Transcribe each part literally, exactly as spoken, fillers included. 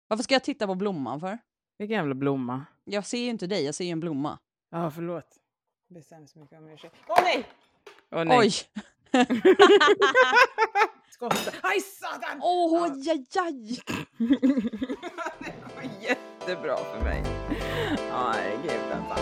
Varför ska jag titta på blomman för? Vilken jävla blomma. Jag ser ju inte dig, jag ser ju en blomma. Ja, förlåt. Bestämmer så mycket om ursäkt. Åh nej! Åh nej. Oj! Skotta. Aj satan! Åh, Ja. jaj, jaj! Det var jättebra för mig. Ja, herregud, vänta.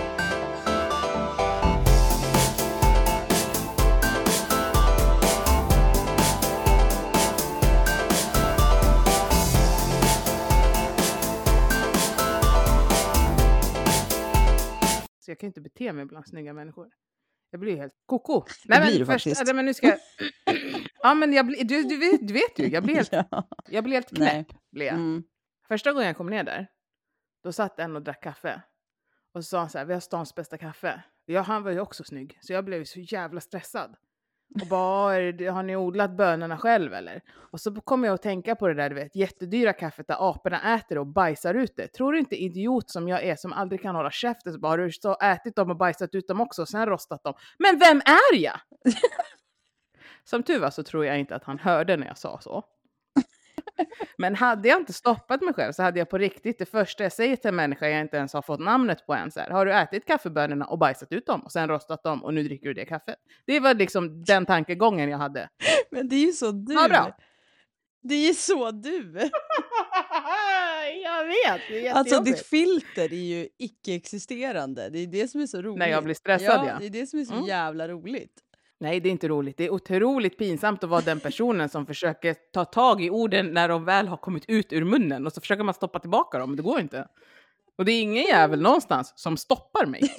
Så jag kan inte bete mig bland snygga människor. Jag blir helt koko. Nej, blir men du först, faktiskt. nej, men nu ska jag... Ja, men jag blir, du, du, vet, du vet ju, jag blir helt, Ja. jag blir helt Nej. knäpp. Blir jag. Mm. Första gången jag kom ner där, då satt en och drack kaffe. Och så sa han så här, vi har stans bästa kaffe. Ja, han var ju också snygg. Så jag blev så jävla stressad. Och bara, är det- har ni odlat bönorna själv eller? Och så kommer jag att tänka på det där, du vet, jättedyra kaffet där aporna äter och bajsar ut det. Tror du inte idiot som jag är som aldrig kan hålla käften så bara har du så ätit dem och bajsat ut dem också och sen rostat dem. Men vem är jag? Som tur var så tror jag inte att han hörde när jag sa så. Men hade jag inte stoppat mig själv så hade jag på riktigt det första jag säger till en människa jag inte ens har fått namnet på än så här. Har du ätit kaffebönorna och bajsat ut dem och sen rostat dem och nu dricker du det kaffet? Det var liksom den tankegången jag hade. Men det är ju så du. Ja, bra. Det är ju så du. Jag vet, det är Alltså jättejobbigt. ditt filter är ju icke-existerande. Det är det som är så roligt. När jag blir stressad, ja. Det är det som är så Mm. jävla roligt. Nej, det är inte roligt. Det är otroligt pinsamt att vara den personen som försöker ta tag i orden när de väl har kommit ut ur munnen. Och så försöker man stoppa tillbaka dem, men det går inte. Och det är ingen jävel någonstans som stoppar mig.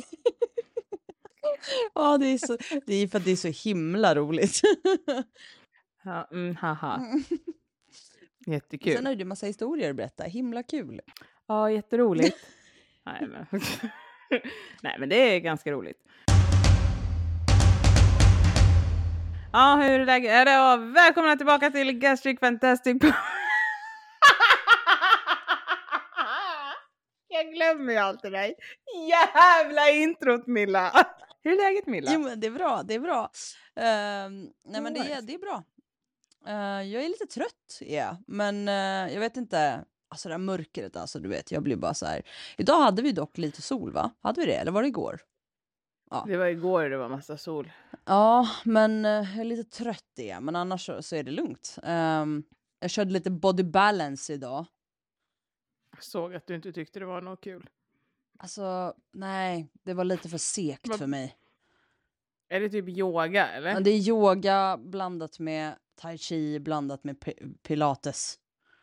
Ja, det är, så, det är för att det är så himla roligt. Ja, mm, haha. Jättekul. Sen har du en massa historier att berätta. Himla kul. Ja, jätteroligt. Nej, men... Nej, men det är ganska roligt. Ja, hur är läget? Är det? Ja, välkomna tillbaka till Gastric Fantastic. Jag glömmer ju allt det där. Jävla introt, Milla. Hur är läget, Milla? Jo, men det är bra. Det är bra. Uh, nej, men det är, Nice. det är bra. Uh, jag är lite trött, ja. Yeah. Men uh, jag vet inte. Alltså det här mörkret, alltså du vet. Jag blir bara så här. Idag hade vi dock lite sol, va? Hade vi det? Eller var det igår? Ja. Det var igår, det var massa sol. Ja, men uh, jag är lite trött, ja. Men annars så, så är det lugnt. Um, jag körde lite body balance idag. Jag såg att du inte tyckte det var något kul. Alltså, nej. Det var lite för segt Men- för mig. Är det typ yoga, eller? Ja, det är yoga blandat med tai chi blandat med pi- pilates.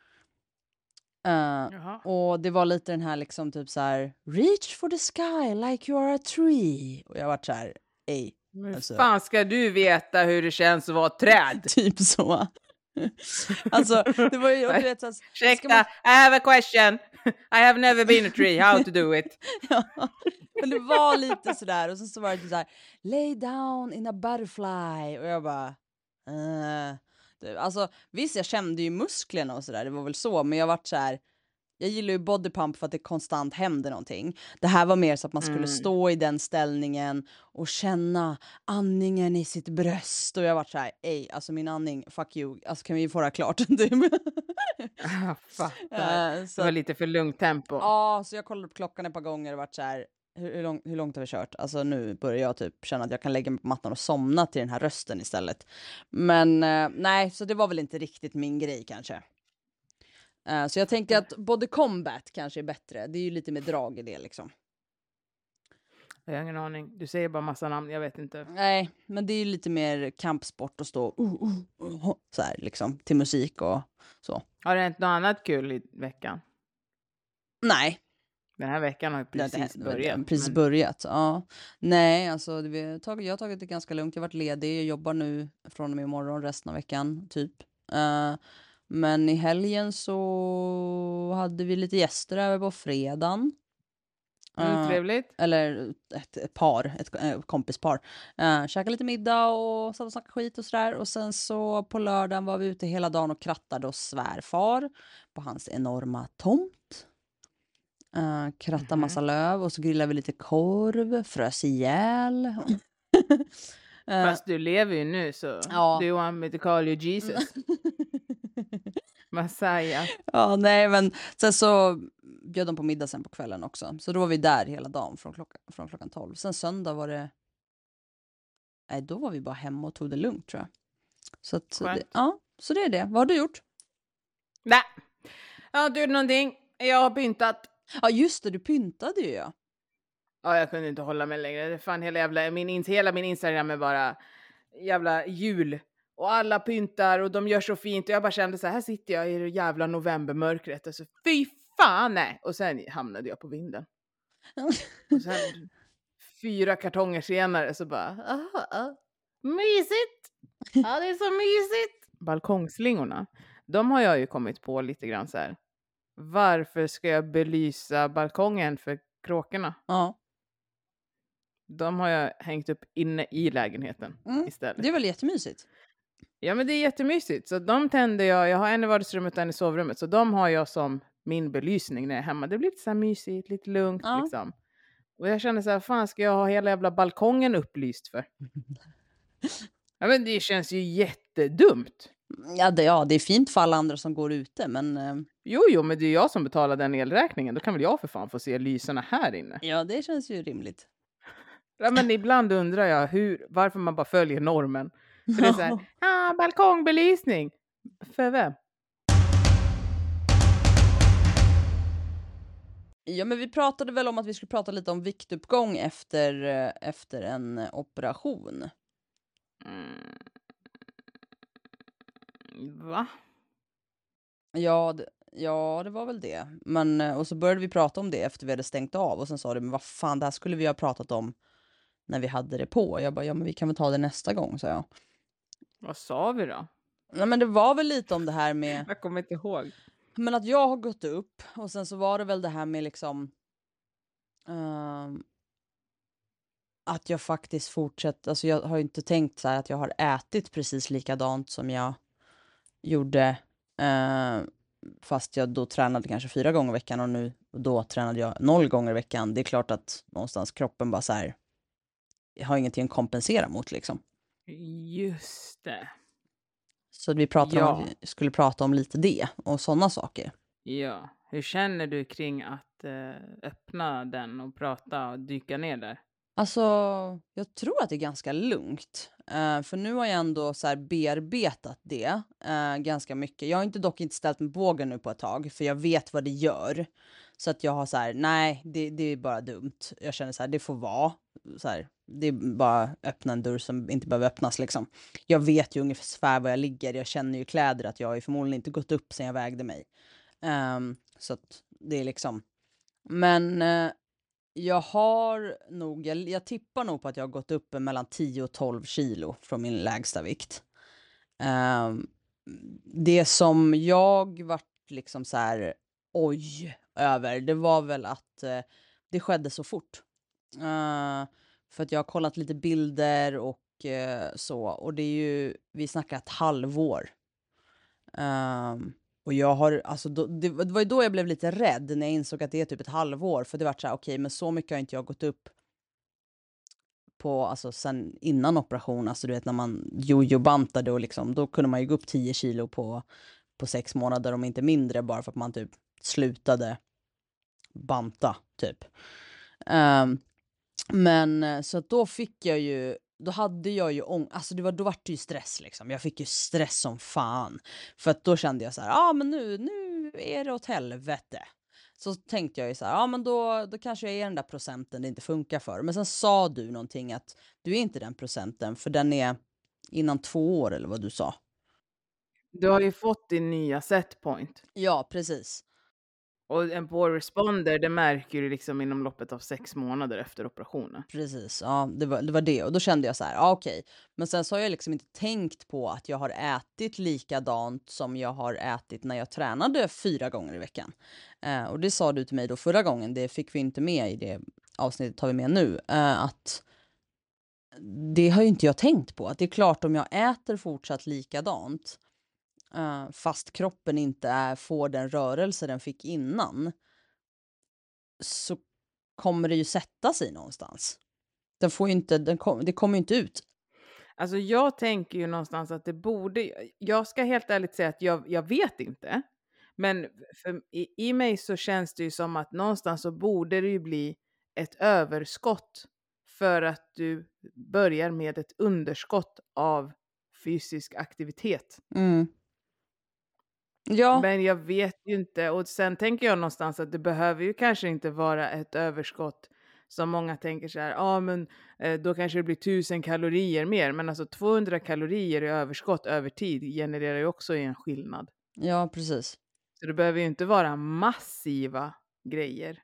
Uh, Jaha. och det var lite den här liksom typ så här reach for the sky like you are a tree. Och jag var så här, ej, Men alltså- fan ska du veta hur det känns att vara ett träd? typ så. Alltså, det var ju, och du vet så här, ska Ursäkta, man- I have a question. I have never been a tree. How to do it? ja, men det var lite sådär. Och så, så var det typ så här, lay down in a butterfly. Och jag bara, uh. det, alltså visst jag kände ju musklerna och sådär, det var väl så. Men jag vart så här, jag gillar ju bodypump för att det konstant händer någonting. Det här var mer så att man skulle Mm. stå i den ställningen och känna andningen i sitt bröst. Och jag vart så här, ej, alltså min andning, fuck you. Alltså kan vi få det här klart? Jag fattar. uh, så Det var lite för lugnt tempo. Ja, så jag kollade upp klockan ett par gånger och varit så här, hur, hur, lång, hur långt har vi kört? Alltså nu börjar jag typ känna att jag kan lägga mig på mattan och somna till den här rösten istället. Men eh, nej, så det var väl inte riktigt min grej kanske. Eh, så jag tänker att body combat kanske är bättre. Det är ju lite mer drag i det liksom. Jag har ingen aning. Du säger bara massa namn, jag vet inte. Nej, men det är ju lite mer kampsport och stå uh, uh, uh, så här liksom till musik och så. Har det hänt något annat kul i veckan? Nej. Den här veckan har ju Det har precis inte hänt, börjat. Precis men- börjat, ja. Nej, alltså det, vi har tagit, jag har tagit det ganska lugnt. Jag har varit ledig, jag jobbar nu från och med imorgon resten av veckan, typ. Uh, men i helgen så hade vi lite gäster över på fredagen. Mm, Uh, trevligt. eller ett, ett par, ett äh, kompispar. Uh, käkade lite middag och satt och snackade skit och sådär. Och sen så på lördagen var vi ute hela dagen och krattade hos svärfar på hans enorma tomt. Uh, kratta Mhm. massa löv och så grillade vi lite korv, frös ihjäl. Uh, Fast du lever ju nu så Ja. do you want me to call you Jesus? Masaya. Ja, nej, men sen så bjöd de på middag sen på kvällen också. Så då var vi där hela dagen från klockan, från klockan tolv. Sen söndag var det... Nej, då var vi bara hemma och tog det lugnt, tror jag. Så att, det, Skönt. ja, så det är det. Vad har du gjort? Nej. Jag har inte gjort någonting. Jag har pyntat. Ja, just det, du pyntade ju, ja. Ja, jag kunde inte hålla mig längre. Det är fan hela jävla... Min, ins- hela min Instagram är bara jävla jul. Och alla pyntar och de gör så fint. Och jag bara kände så här, här sitter jag i det jävla novembermörkret. Alltså, fy fan nej! Och sen hamnade jag på vinden. Och sen fyra kartonger senare så bara, aha, ah, mysigt! Ja, det är så mysigt! Balkongslingorna, de har jag ju kommit på lite grann så här. Varför ska jag belysa balkongen för kråkorna? Ja. De har jag hängt upp inne i lägenheten Mm. istället. Det är väl jättemysigt? Ja, men det är jättemysigt. Så de tänder jag. Jag har en i vardagsrummet och en i sovrummet. Så de har jag som min belysning när jag är hemma. Det blir lite så här mysigt, lite lugnt Ja. liksom. Och jag känner så här, fan ska jag ha hela jävla balkongen upplyst för? Ja, men det känns ju jättedumt. Ja det, ja, det är fint för alla andra som går ute, men... eh, Jo, jo, men det är jag som betalar den elräkningen. Då kan väl jag för fan få se lyserna här inne. Ja, det känns ju rimligt. Ja, men ibland undrar jag hur, varför man bara följer normen. För det är så här, ah, balkongbelysning. För vem? Ja, men vi pratade väl om att vi skulle prata lite om viktuppgång efter, eh, efter en eh, operation. Mm. Va? Ja det, ja, det var väl det. Men, eh, och så började vi prata om det efter vi hade stängt av. Och sen sa du, men vad fan, det här skulle vi ha pratat om när vi hade det på. Jag bara, ja men vi kan väl ta det nästa gång, sa jag. Vad sa vi då? Nej, men det var väl lite om det här med... Jag kommer inte ihåg. Men att jag har gått upp. Och sen så var det väl det här med liksom... ehm, att jag faktiskt fortsätter... Alltså jag har ju inte tänkt så här att jag har ätit precis likadant som jag gjorde. eh, fast jag då tränade kanske fyra gånger i veckan. Och nu och då tränade jag noll gånger i veckan. Det är klart att någonstans kroppen bara så här... Jag har ingenting att kompensera mot liksom. Just det. Så vi pratade om Ja. att vi skulle prata om lite det. Och sådana saker. Ja. Hur känner du kring att eh, öppna den och prata och dyka ner där? Alltså, jag tror att det är ganska lugnt. Eh, för nu har jag ändå så här bearbetat det eh, ganska mycket. Jag har inte dock inte ställt mig på vågen nu på ett tag. För jag vet vad det gör. Så att jag har så här, nej, det, det är bara dumt. Jag känner så här, det får vara. Så här, det är bara öppna en dörr som inte behöver öppnas liksom. Jag vet ju ungefär var jag ligger. Jag känner ju kläder att jag har ju förmodligen inte gått upp sen jag vägde mig. Ehm, så att det är liksom... Men... eh, jag har nog, jag, jag tippar nog på att jag har gått upp mellan tio och tolv kilo från min lägsta vikt. Ehm, det som jag vart liksom så här, oj, över, det var väl att eh, det skedde så fort. Eh, för att jag har kollat lite bilder och eh, så, och det är ju, vi snackar ett halvår. Ehm, och jag har, alltså då, det, det var ju då jag blev lite rädd när jag insåg att det är typ ett halvår. För det var så här, okej, men så mycket har inte jag gått upp på, alltså sen innan operation. Alltså du vet när man jojo-bantade och liksom, då kunde man ju gå upp tio kilo på, på sex månader, om inte mindre, bara för att man typ slutade banta, typ. Ehm, men eh, så att då fick jag ju, då hade jag ju ång- alltså det var, då var det ju stress liksom. Jag fick ju stress som fan. För att då kände jag så här, ja ah, men nu, nu är det åt helvete. Så tänkte jag ju så här, ja ah, men då, då kanske jag är den där procenten det inte funkar för. Men sen sa du någonting att du är inte den procenten, för den är innan två år eller vad du sa. Du har ju fått din nya setpoint. Ja, precis. Och en poor responder, det märker du liksom inom loppet av sex månader efter operationen. Precis, ja det var, det var det. Och då kände jag så här, ja okej. Men sen så har jag liksom inte tänkt på att jag har ätit likadant som jag har ätit när jag tränade fyra gånger i veckan. Eh, och det sa du till mig då förra gången, det fick vi inte med i det avsnittet, tar vi med nu. Eh, att det har ju inte jag tänkt på. Att det är klart, om jag äter fortsatt likadant, eh, fast kroppen inte är, får den rörelse den fick innan, så kommer det ju sätta sig någonstans. Den får ju inte, den kom, det kommer ju inte ut. Alltså jag tänker ju någonstans att det borde, jag ska helt ärligt säga att jag, jag vet inte. Men för, i, i mig så känns det ju som att någonstans så borde det ju bli ett överskott för att du börjar med ett underskott av fysisk aktivitet. Mm. Ja. Men jag vet ju inte, och sen tänker jag någonstans att det behöver ju kanske inte vara ett överskott som många tänker så här, ja ah, men eh, då kanske det blir tusen kalorier mer, men alltså tvåhundra kalorier i överskott över tid genererar ju också en skillnad. Ja, precis. Så det behöver ju inte vara massiva grejer.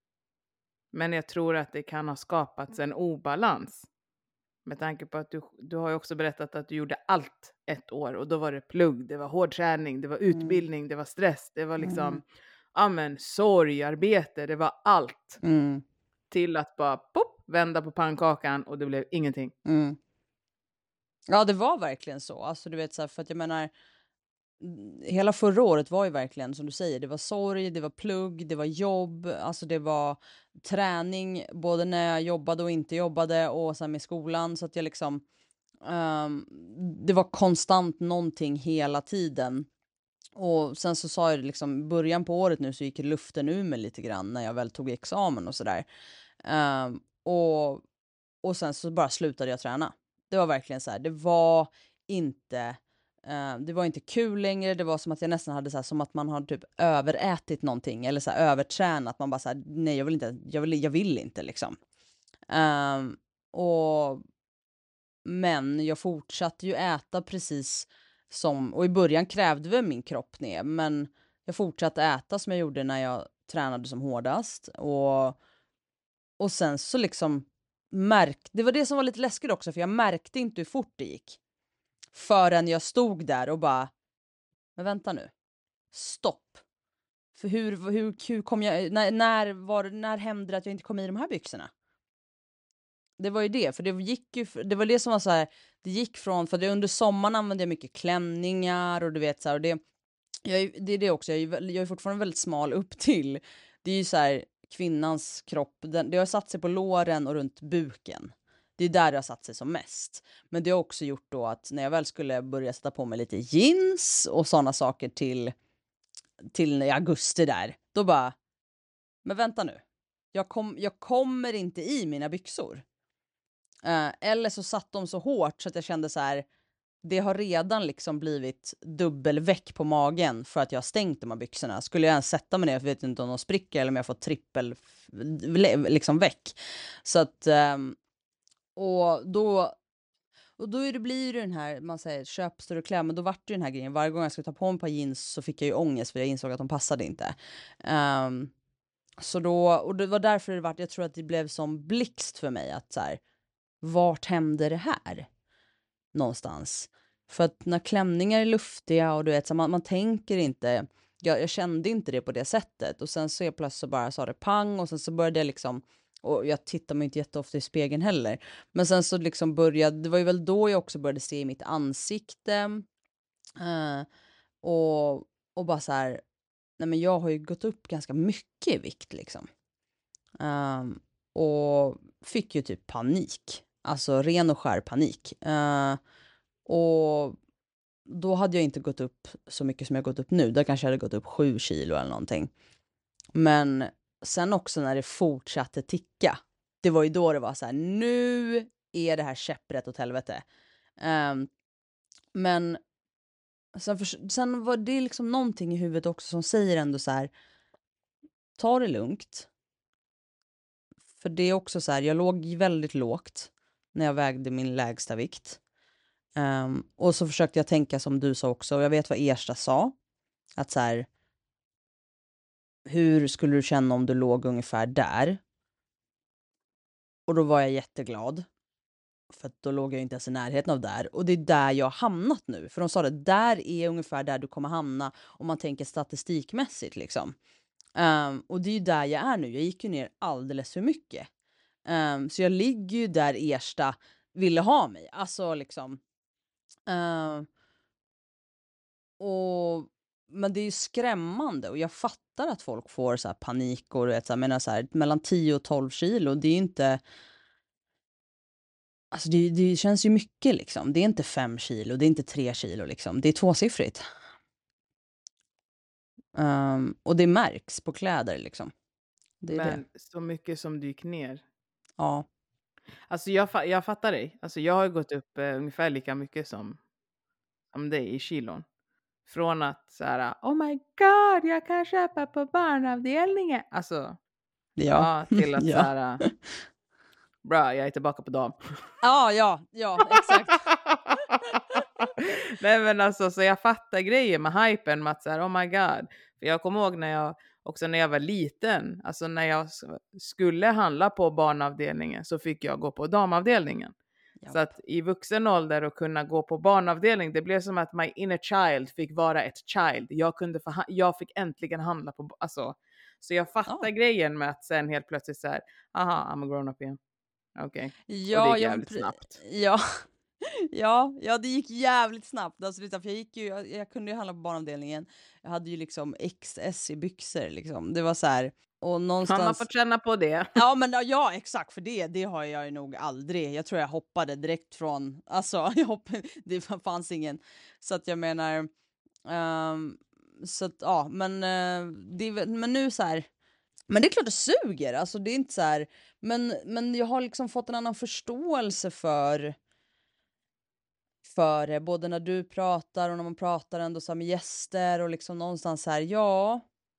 Men jag tror att det kan ha skapats en obalans. Med tanke på att du, du har ju också berättat att du gjorde allt ett år. Och då var det plugg, det var hårdträning, det var utbildning, mm. det var stress. Det var liksom, mm. ja men sorgarbete, det var allt. Mm. Till att bara pop, vända på pannkakan och det blev ingenting. Mm. Ja, det var verkligen så. Alltså du vet så här, för att jag menar, hela förra året var ju verkligen som du säger, det var sorg, det var plugg, det var jobb, alltså det var träning både när jag jobbade och inte jobbade och sen med skolan, så att jag liksom um, det var konstant någonting hela tiden. Och sen så sa jag det liksom, början på året nu så gick luften ur mig lite grann när jag väl tog examen och sådär. Um, och, och sen så bara slutade jag träna. Det var verkligen så här, det var inte Uh, det var inte kul längre. Det var som att jag nästan hade så här, som att man har typ överätit någonting eller så här, övertränat. Man bara så här, nej jag vill inte, jag vill, jag vill inte liksom. Uh, och men jag fortsatte ju äta precis som, och i början krävde väl min kropp ner, men jag fortsatte äta som jag gjorde när jag tränade som hårdast. Och, och sen så liksom märkte, det var det som var lite läskigt också, för jag märkte inte hur fort det gick. Förrän jag stod där och bara, men vänta nu, stopp. För hur, hur, hur kom jag, när, när, var, när hände det att jag inte kom i de här byxorna? Det var ju det, för det gick ju, det var det som var så här, det gick från, för det under sommaren använde jag mycket klänningar och du vet så här, och det, jag, det är det också, jag är, jag är fortfarande väldigt smal upp till, det är ju så här, kvinnans kropp, den, det har satt sig på låren och runt buken. Det är där det har satt sig som mest. Men det har också gjort då att när jag väl skulle börja sätta på mig lite jeans och sådana saker till, till augusti där. Då bara, men vänta nu. Jag, kom, jag kommer inte i mina byxor. Uh, eller så satt de så hårt så att jag kände så här. Det har redan liksom blivit dubbelväck på magen för att jag har stängt de här byxorna. Skulle jag ens sätta mig ner, jag vet inte om de spricker eller om jag får trippel liksom väck. Så att... Um, Och då, och då är det, blir det den här, man säger köp större kläder, men då vart det den här grejen. Varje gång jag skulle ta på mig ett par jeans så fick jag ju ångest för jag insåg att de passade inte. Um, så då, och det var därför det vart, jag tror att det blev som blixt för mig att så här, vart hände det här? Någonstans. För att när klänningar är luftiga och du vet, så man, man tänker inte, jag, jag kände inte det på det sättet. Och sen så är plötsligt så bara sa det pang och sen så började det liksom. Och jag tittar mig inte jätteofta i spegeln heller. Men sen så liksom började, det var ju väl då jag också började se i mitt ansikte. Uh, och, och bara så här, nej men jag har ju gått upp ganska mycket i vikt liksom. Uh, och fick ju typ panik. Alltså ren och skär panik. Uh, och då hade jag inte gått upp så mycket som jag gått upp nu. Där kanske jag hade gått upp sju kilo eller någonting. Men... Sen också när det fortsatte ticka. Det var ju då det var så här, nu är det här käpprätt åt helvete. Um, men sen, för, sen var det liksom någonting i huvudet också som säger ändå så här, ta det lugnt. För det är också så här, jag låg väldigt lågt när jag vägde min lägsta vikt. Um, och så försökte jag tänka som du sa också, och jag vet vad Ersta sa. Att så här, hur skulle du känna om du låg ungefär där? Och då var jag jätteglad. För att då låg jag inte ens i närheten av där. Och det är där jag har hamnat nu. För de sa det, där är ungefär där du kommer hamna om man tänker statistikmässigt liksom. Um, och det är ju där jag är nu. Jag gick ju ner alldeles för mycket. Um, så jag ligger ju där Ersta ville ha mig. Alltså liksom. Uh, och... Men det är ju skrämmande och jag fattar att folk får så här panik och vet, så här, menar så här, mellan tio och tolv kilo. Det är ju inte, Alltså det, det känns ju mycket liksom. Det är inte fem kilo, det är inte tre kilo liksom. Det är tvåsiffrigt. Um, och det märks på kläder liksom. Det är det. Men så mycket som du gick ner. Ja. Alltså jag, fa- jag fattar dig. Alltså jag har gått upp eh, ungefär lika mycket som, som dig i kilon. Från att så här, oh my god, jag kan köpa på barnavdelningen. Alltså, Ja. ja, till att så Ja. här, bra, jag är tillbaka på dam. Ja, ja, ja, exakt. Nej men alltså, så jag fattar grejen med hypen med att så här, oh my god. För jag kommer ihåg när jag, också när jag var liten, alltså när jag s- skulle handla på barnavdelningen så fick jag gå på damavdelningen. Ja. Så att i vuxen ålder och kunna gå på barnavdelning, det blev som att my inner child fick vara ett child. Jag, kunde förha- jag fick äntligen handla på, alltså. Så jag fattar Ja. grejen med att sen helt plötsligt så här, aha, I'm a grown up igen. Okej. Okay. Och det Ja, gick ja, jävligt pre- snabbt. ja. Ja, ja, det gick jävligt snabbt. Alltså, liksom, för jag, gick ju, jag, jag kunde ju handla på barnavdelningen. Jag hade ju liksom X S i byxor. Liksom. Det var så här. Och Man har någonstans... fått känna på det. Ja, men ja, ja, exakt. För det, det har jag ju nog aldrig. Jag tror jag hoppade direkt från... Alltså, jag hoppade, det fanns ingen... Så att jag menar... ehm, så att, ja, men, eh, det, är väl- men nu så här... Men det är klart det suger. Alltså, det är inte så här... Men, men jag har liksom fått en annan förståelse för... för det, både när du pratar och när man pratar ändå så här med gäster och liksom någonstans så här, ja.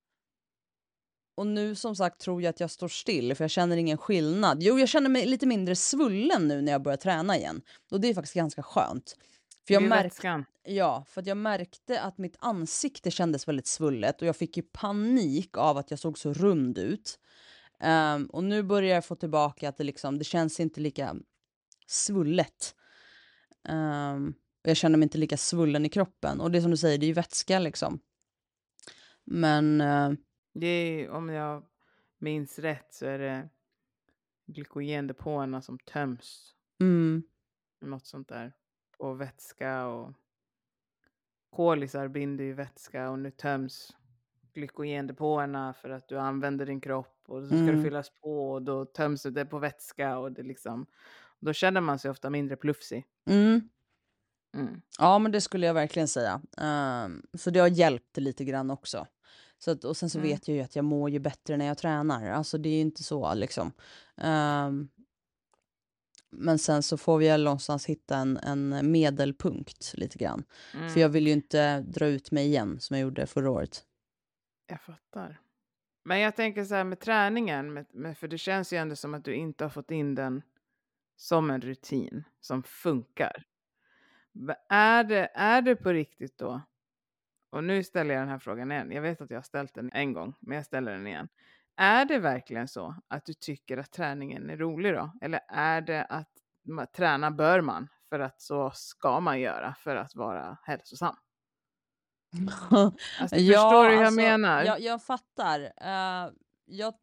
Och nu som sagt tror jag att jag står still för jag känner ingen skillnad. Jo, jag känner mig lite mindre svullen nu när jag börjar träna igen. Och det är faktiskt ganska skönt. För jag Det är märkte, vätskan. ja, för att jag märkte att mitt ansikte kändes väldigt svullet och jag fick ju panik av att jag såg så rund ut. Ehm, och nu börjar jag få tillbaka att det liksom, det känns inte lika svullet. Ehm, och jag känner mig inte lika svullen i kroppen. Och det som du säger, det är ju vätska liksom. Men eh, Det är, om jag minns rätt så är det glykogendepåerna som töms. mm, Något sånt där. Och vätska och kolisar binder ju vätska och nu töms glykogendepåerna för att du använder din kropp och så ska det mm, fyllas på och då töms det på vätska och det liksom, då känner man sig ofta mindre plufsig. mm. Mm. Ja, men det skulle jag verkligen säga. Ehm, så det har hjälpt lite grann också. Så att, och sen så Mm. vet jag ju att jag mår ju bättre när jag tränar. Alltså det är ju inte så liksom. Ehm, men sen så får vi väl någonstans hitta en, en medelpunkt lite grann. Mm. För jag vill ju inte dra ut mig igen som jag gjorde förra året. Jag fattar. Men jag tänker så här med träningen, med, med, för det känns ju ändå som att du inte har fått in den som en rutin som funkar. Va- Är det, är det på riktigt då? Och nu ställer jag den här frågan igen. Jag vet att jag har ställt den en gång, men jag ställer den igen. Är det verkligen så att du tycker att träningen är rolig då? Eller är det att ma- träna bör man för att så ska man göra för att vara hälsosam? Alltså, Ja, förstår du hur jag alltså, menar? Jag, jag fattar. Eh, jag,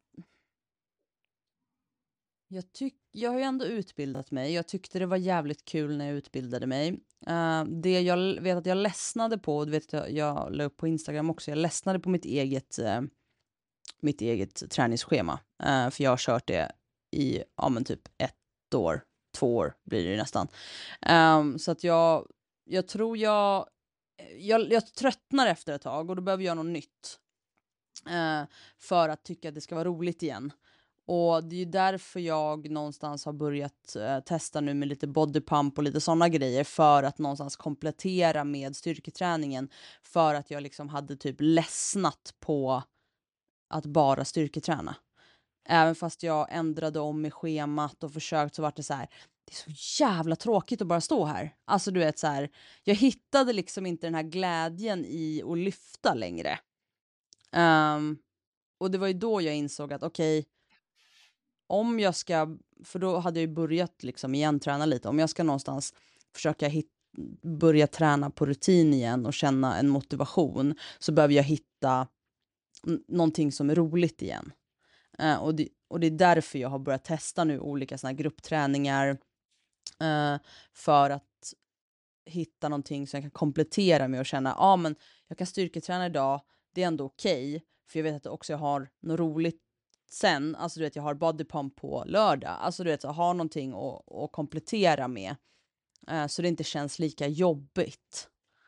jag, tyck, jag har ju ändå utbildat mig. Jag tyckte det var jävligt kul när jag utbildade mig. Eh, det jag l- vet att jag ledsnade på, och du vet jag, jag la upp på Instagram också, jag ledsnade på mitt eget, eh, mitt eget träningsschema. Eh, för jag har kört det i ja, men typ ett år, två år blir det ju nästan. Ehm, så att jag, jag tror jag, jag, jag tröttnar efter ett tag och då behöver jag något nytt. Eh, för att tycka att det ska vara roligt igen. Och det är ju därför jag någonstans har börjat eh, testa nu med lite bodypump och lite sådana grejer för att någonstans komplettera med styrketräningen. För att jag liksom hade typ ledsnat på att bara styrketräna. Även fast jag ändrade om i schemat och försökt så var det så här. Det är så jävla tråkigt att bara stå här. Alltså du vet så här. Jag hittade liksom inte den här glädjen i att lyfta längre. Ehm, och det var ju då jag insåg att okej, om jag ska, för då hade jag ju börjat liksom igen träna lite. Om jag ska någonstans försöka hit, börja träna på rutin igen och känna en motivation så behöver jag hitta n- någonting som är roligt igen. Eh, och, det, och det är därför jag har börjat testa nu olika såna här gruppträningar eh, för att hitta någonting som jag kan komplettera med och känna, ja ah, men jag kan styrketräna idag, det är ändå okej, för jag vet att också jag har något roligt sen, alltså du vet jag har body pump på lördag, alltså du vet jag har någonting att, att komplettera med. Uh, så det inte känns lika jobbigt.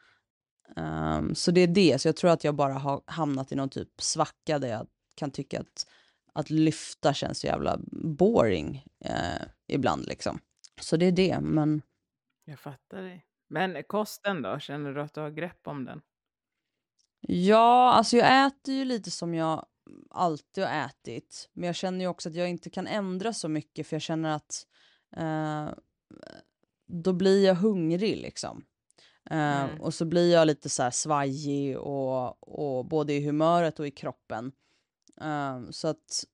Um, så det är det, så jag tror att jag bara har hamnat i någon typ svacka där jag kan tycka att, att lyfta känns så jävla boring uh, ibland liksom. Så det är det, men... Jag fattar dig. Men kosten då? Känner du att du har grepp om den? Ja, alltså jag äter ju lite som jag alltid har ätit. Men jag känner ju också att jag inte kan ändra så mycket. För jag känner att uh, då blir jag hungrig liksom. Uh, Mm. Och så blir jag lite så här svajig och, och både i humöret och i kroppen. Uh, så att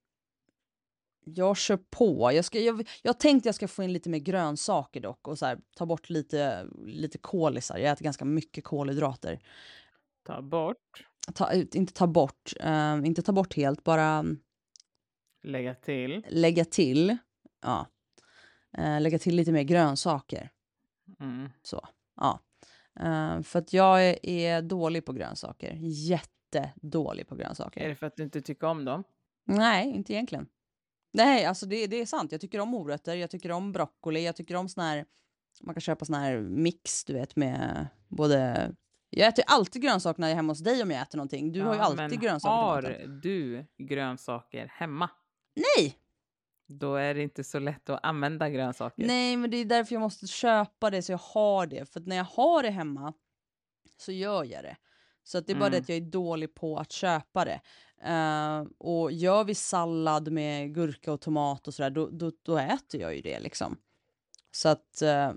jag kör på. Jag, ska, jag, jag tänkte jag ska få in lite mer grönsaker dock. Och så här, ta bort lite, lite kolisar. Jag äter ganska mycket kolhydrater. Ta bort. Ta, inte ta bort. Uh, inte ta bort helt. Bara Lägga till. lägga till. Ja. Uh, lägga till lite mer grönsaker. Mm. Så. Ja. Uh, för att jag är, är dålig på grönsaker. Jättedålig på grönsaker. Är det för att du inte tycker om dem? Nej, inte egentligen. Nej, alltså det, det är sant. Jag tycker om morötter, jag tycker om broccoli, jag tycker om sån här... Man kan köpa sån här mix, du vet, med både... Jag äter alltid grönsaker när jag är hemma hos dig om jag äter någonting. Du ja, har ju alltid men grönsaker till har maten. du grönsaker hemma? Nej! Då är det inte så lätt att använda grönsaker. Nej, men det är därför jag måste köpa det så jag har det. För att när jag har det hemma så gör jag det. Så att det är bara Mm. det att jag är dålig på att köpa det. Uh, och gör vi sallad med gurka och tomat och sådär, då, då, då äter jag ju det liksom. Så att uh,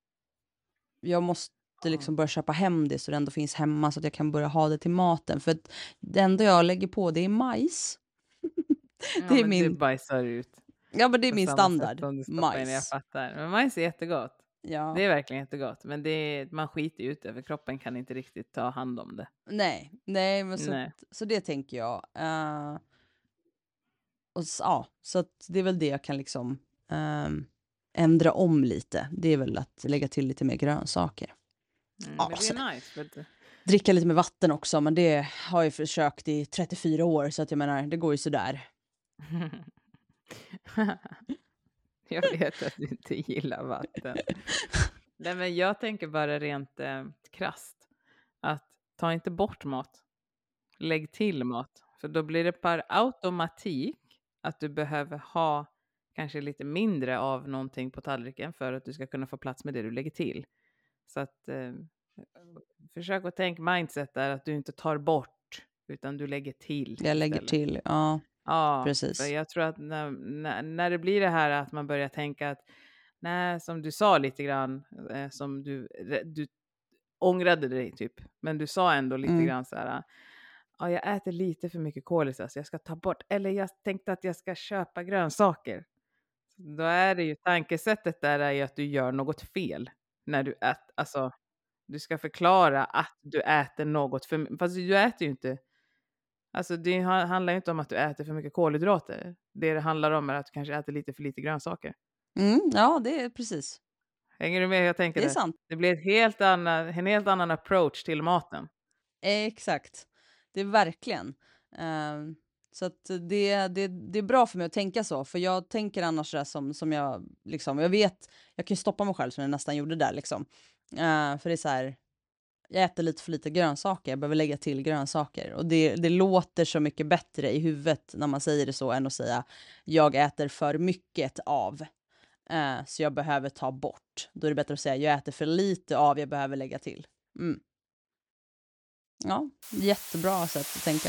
jag måste liksom börja köpa hem det så det ändå finns hemma så att jag kan börja ha det till maten. För att det enda jag lägger på det är majs. Ja, det är men min... Du bajsar ut. Ja, men det är På min samma standard. sätt som du stoppar in, jag Majs. fattar. Men majs är jättegott. Ja. Det är verkligen jättegott. Men det är, man skiter ut det för kroppen kan inte riktigt ta hand om det. Nej, nej, men så, Nej. Att, så det tänker jag. Uh, och så, ja, så att det är väl det jag kan liksom um, ändra om lite. Det är väl att lägga till lite mer grönsaker. Mm, Ja, men det är nice. För att... Dricka lite med vatten också, men det har jag försökt i trettiofyra år så att jag menar, det går ju sådär. Jag vet att du inte gillar vatten. Nej, men jag tänker bara rent eh, krasst. Att ta inte bort mat. Lägg till mat. För då blir det per automatik att du behöver ha kanske lite mindre av någonting på tallriken för att du ska kunna få plats med det du lägger till. Så att eh, försök att tänka mindset där att du inte tar bort utan du lägger till. Jag lägger istället. till, ja. Ja, precis. För jag tror att när, när, när det blir det här att man börjar tänka att nej, som du sa lite grann, eh, som du, du ångrade dig typ, men du sa ändå lite Mm. grann så här, ja, jag äter lite för mycket kolisar så jag ska ta bort, eller jag tänkte att jag ska köpa grönsaker. Då är det ju tankesättet där är ju att du gör något fel när du äter, alltså du ska förklara att du äter något för, fast du äter ju inte. Alltså det handlar ju inte om att du äter för mycket kolhydrater. Det det handlar om är att du kanske äter lite för lite grönsaker. Mm, ja, det är precis. Hänger du med hur jag tänker? Det är det? sant. Det blir ett helt annan, en helt annan approach till maten. Exakt. Det är verkligen. Uh, så att det, det, det är bra för mig att tänka så. För jag tänker annars där som, som jag liksom, jag vet, jag kan ju stoppa mig själv som jag nästan gjorde där liksom. Uh, för det är så här, jag äter lite för lite grönsaker, jag behöver lägga till grönsaker. Och det, det låter så mycket bättre i huvudet när man säger det så än att säga jag äter för mycket av. Uh, så jag behöver ta bort. Då är det bättre att säga jag äter för lite av, jag behöver lägga till. Mm. Ja, jättebra sätt att tänka.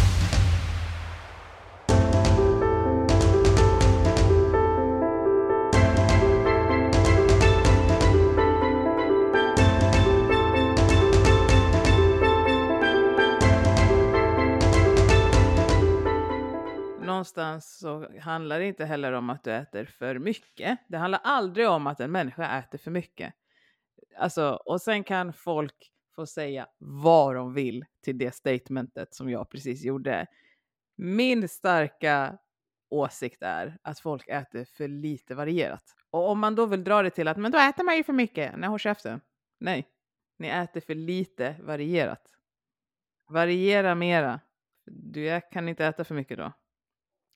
Någonstans så handlar det inte heller om att du äter för mycket. Det handlar aldrig om att en människa äter för mycket. Alltså, och sen kan folk få säga vad de vill till det statementet som jag precis gjorde. Min starka åsikt är att folk äter för lite varierat. Och om man då vill dra det till att men då äter man ju för mycket. Nej, håll käften. Nej, ni äter för lite varierat. Variera mera. Du kan inte äta för mycket då.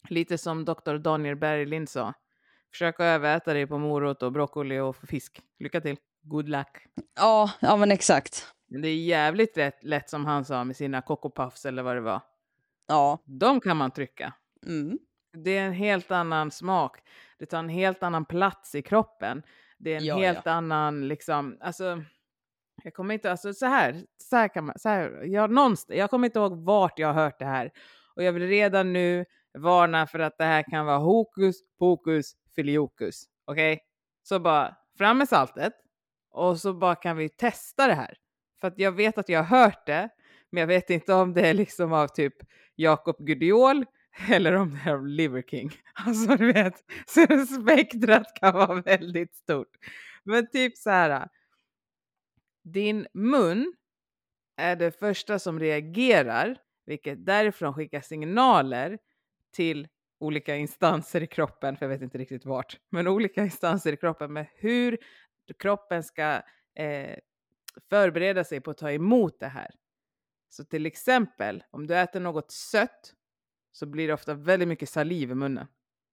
Lite som doktor Daniel Berglind sa. Försök att överäta dig på morot och broccoli och fisk. Lycka till. Good luck. Ja, ja men exakt. Men det är jävligt lätt, lätt som han sa med sina Coco Puffs eller vad det var. Ja. De kan man trycka. Mm. Det är en helt annan smak. Det tar en helt annan plats i kroppen. Det är en Ja, helt ja. annan liksom, alltså jag kommer inte, alltså så här, så här kan man, så här, jag, någonstans, jag kommer inte ihåg vart jag har hört det här. Och jag vill redan nu varna för att det här kan vara hokus pokus filiokus. Okej? Okay? Så bara fram med saltet. Och så bara kan vi testa det här. För att jag vet att jag har hört det. Men jag vet inte om det är liksom av typ Jakob Gudiol. Eller om det är av Liver King. Alltså du vet. Så spektrat kan vara väldigt stort. Men typ så här. Din mun är det första som reagerar. Vilket därifrån skickar signaler till olika instanser i kroppen. För jag vet inte riktigt vart. Men olika instanser i kroppen med hur kroppen ska eh, förbereda sig på att ta emot det här. Så till exempel, om du äter något sött så blir det ofta väldigt mycket saliv i munnen.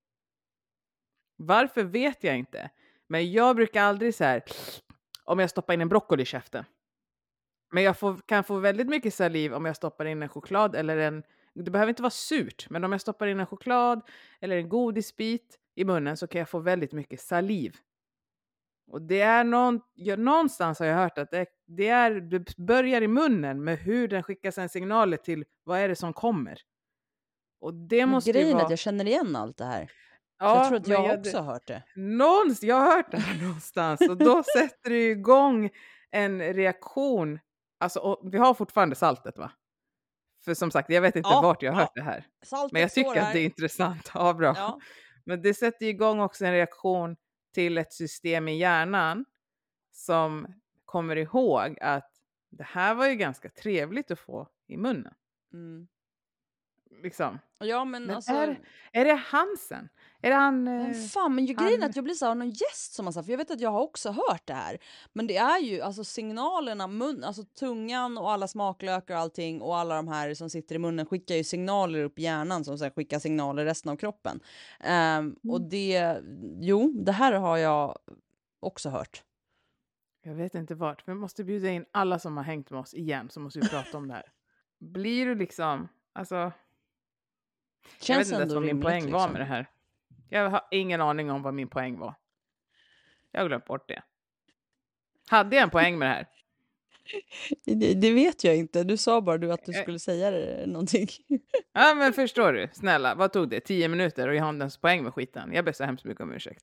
Varför vet jag inte. Men jag brukar aldrig så här, om jag stoppar in en broccoli i käften. Men jag får, kan få väldigt mycket saliv om jag stoppar in en choklad eller en, det behöver inte vara surt, men om jag stoppar in en choklad eller en godisbit i munnen så kan jag få väldigt mycket saliv. Och det är någon, ja, någonstans har jag hört att det, det, är, det börjar i munnen med hur den skickar sen signaler till vad är det som kommer. Och det Men måste grejen ju är vara... att jag känner igen allt det här. Ja, så jag tror att jag, jag också har hört det. Någonstans, jag har hört det här någonstans. Och då sätter det igång en reaktion. Alltså, och vi har fortfarande saltet va? För som sagt, jag vet inte Ja, vart jag har ja. hört det här. Saltet Men jag står tycker att här. det är intressant. Ja, bra. Ja. Men det sätter igång också en reaktion till ett system i hjärnan som kommer ihåg att det här var ju ganska trevligt att få i munnen. Mm. Liksom. Ja, men, men alltså... är, är det Hansen? Är det han... Men eh, fan, men ju han- grejen är att jag blir så här någon gäst som har sagt, för jag vet att jag har också hört det här. Men det är ju alltså signalerna, mun, alltså tungan och alla smaklökar och allting och alla de här som sitter i munnen skickar ju signaler upp i hjärnan som så här, skickar signaler resten av kroppen. Ehm, Och det, jo, det här har jag också hört. Jag vet inte vart. Vi måste bjuda in alla som har hängt med oss igen. Så måste vi prata om det här. Blir du liksom... Alltså... jag vet Känns inte ens ändå vad min rimligt, poäng var liksom. med det här. Jag har ingen aning om vad min poäng var. Jag har glömt bort det. Hade jag en poäng med det här? Det, det vet jag inte. Du sa bara du att du Eh. skulle säga det, någonting. Ja, men förstår du? Snälla, vad tog det? Tio minuter och jag har inte ens poäng med skiten. Jag ber så hemskt mycket om ursäkt.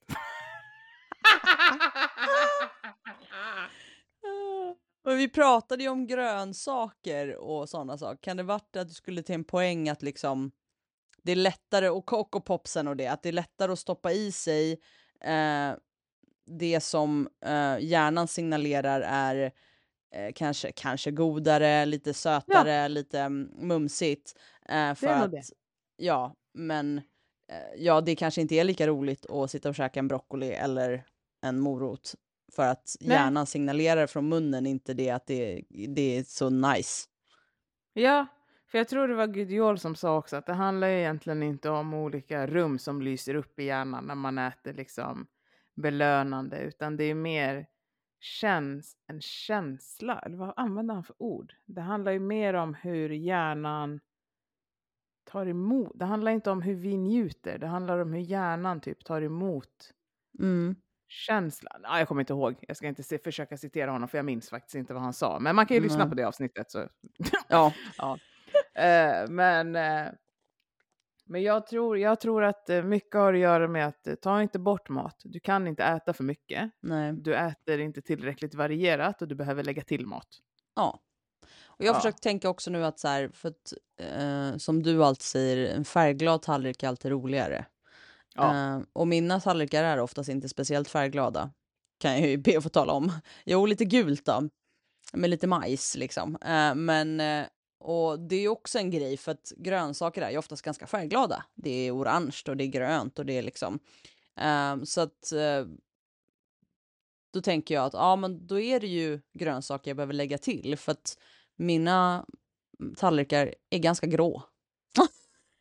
Men vi pratade ju om grönsaker och sådana saker. Kan det varit att du skulle till en poäng att liksom det är lättare, och Coco Popsen och det, att det är lättare att stoppa i sig eh, det som eh, hjärnan signalerar är eh, kanske, kanske godare, lite sötare, lite mm, mumsigt. Eh, för Det är nog att, det. ja, men eh, ja, det kanske inte är lika roligt att sitta och käka en broccoli eller en morot. För att Nej. hjärnan signalerar från munnen inte det att det, det är så nice. Ja, för jag tror det var Gudiol som sa också att det handlar ju egentligen inte om olika rum som lyser upp i hjärnan när man äter liksom belönande, utan det är mer käns en känsla, eller vad använder han för ord? Det handlar ju mer om hur hjärnan tar emot. Det handlar inte om hur vi njuter, det handlar om hur hjärnan typ tar emot Mm. känslan. Ah, jag kommer inte ihåg. Jag ska inte se, försöka citera honom för jag minns faktiskt inte vad han sa. Men man kan ju lyssna Mm. på det avsnittet. Så. Ja. ja. Eh, men eh, men jag tror, jag tror att eh, mycket har att göra med att eh, ta inte bort mat. Du kan inte äta för mycket. Nej. Du äter inte tillräckligt varierat och du behöver lägga till mat. Ja. Och jag har Ja. försökt tänka också nu att så här, för att eh, som du alltid säger, en färgglad tallrik är alltid roligare. Ja. Eh, och mina tallrikar är oftast inte speciellt färgglada. Kan jag ju be att få tala om. Jo, lite gult då. Med lite majs liksom. Eh, men, eh, och det är också en grej för att grönsaker är ju oftast ganska färgglada. Det är orange och det är grönt och det är liksom. Eh, så att eh, då tänker jag att ja, men då är det ju grönsaker jag behöver lägga till. För att mina tallrikar är ganska grå.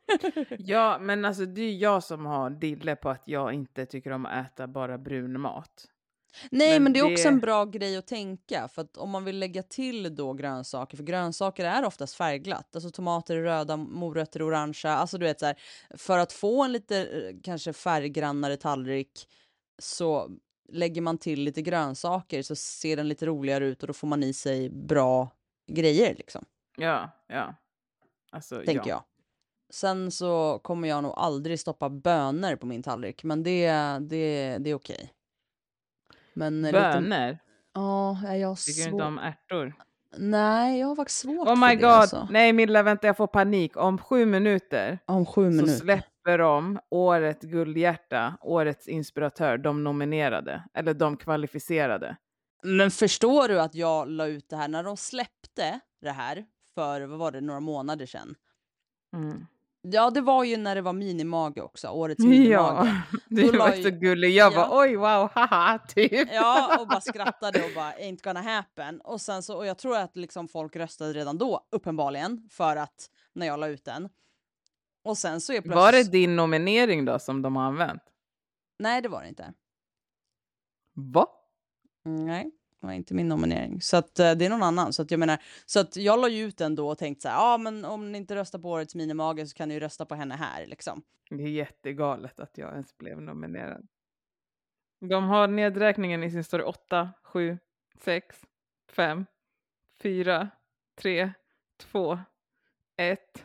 Ja, men alltså det är jag som har dille på att jag inte tycker om att äta bara brun mat. Nej, men, Men det är också det- en bra grej att tänka. För att om man vill lägga till då grönsaker, för grönsaker är oftast färgglatt. Alltså tomater är röda, morötter är orangea. Alltså du vet så här, för att få en lite eh, kanske färggrannare tallrik så lägger man till lite grönsaker så ser den lite roligare ut och då får man i sig bra grejer liksom, Ja, ja. Alltså, tänker ja. jag. Sen så kommer jag nog aldrig stoppa bönor på min tallrik, men det, det, det är okej. Men eh, lite... Bönor? Ja, är jag Tycker du inte svår... om ärtor? Nej, jag har faktiskt svårt Oh my för det god, alltså. nej Milla, vänta, jag får panik. Om sju minuter Om sju så minuter. släpper de årets guldhjärta, årets inspiratör, de nominerade, eller de kvalificerade. Men förstår du att jag la ut det här när de släppte det här för, vad var det, några månader sedan? Mm. Ja, det var ju när det var minimage också, årets minimage. Ja, du Då var la så ju- gullig. Jag Ja. bara, oj, wow, haha, typ. Ja, och bara skrattade och bara ain't gonna happen. Och sen så, och jag tror att liksom folk röstade redan då, uppenbarligen, för att när jag la ut den. Och sen så är plötsligt... Var det din nominering då som de har använt? Nej, det var det inte. Va? Mm, nej, det var inte min nominering. Så att eh, det är någon annan. Så att jag menar, så att jag la ju ut den då och tänkte så här, ja men om ni inte röstar på årets minimage så kan ni ju rösta på henne här liksom. Det är jättegalet att jag ens blev nominerad. De har nedräkningen i sin story åtta, sju, sex, fem, fyra, tre, två, ett.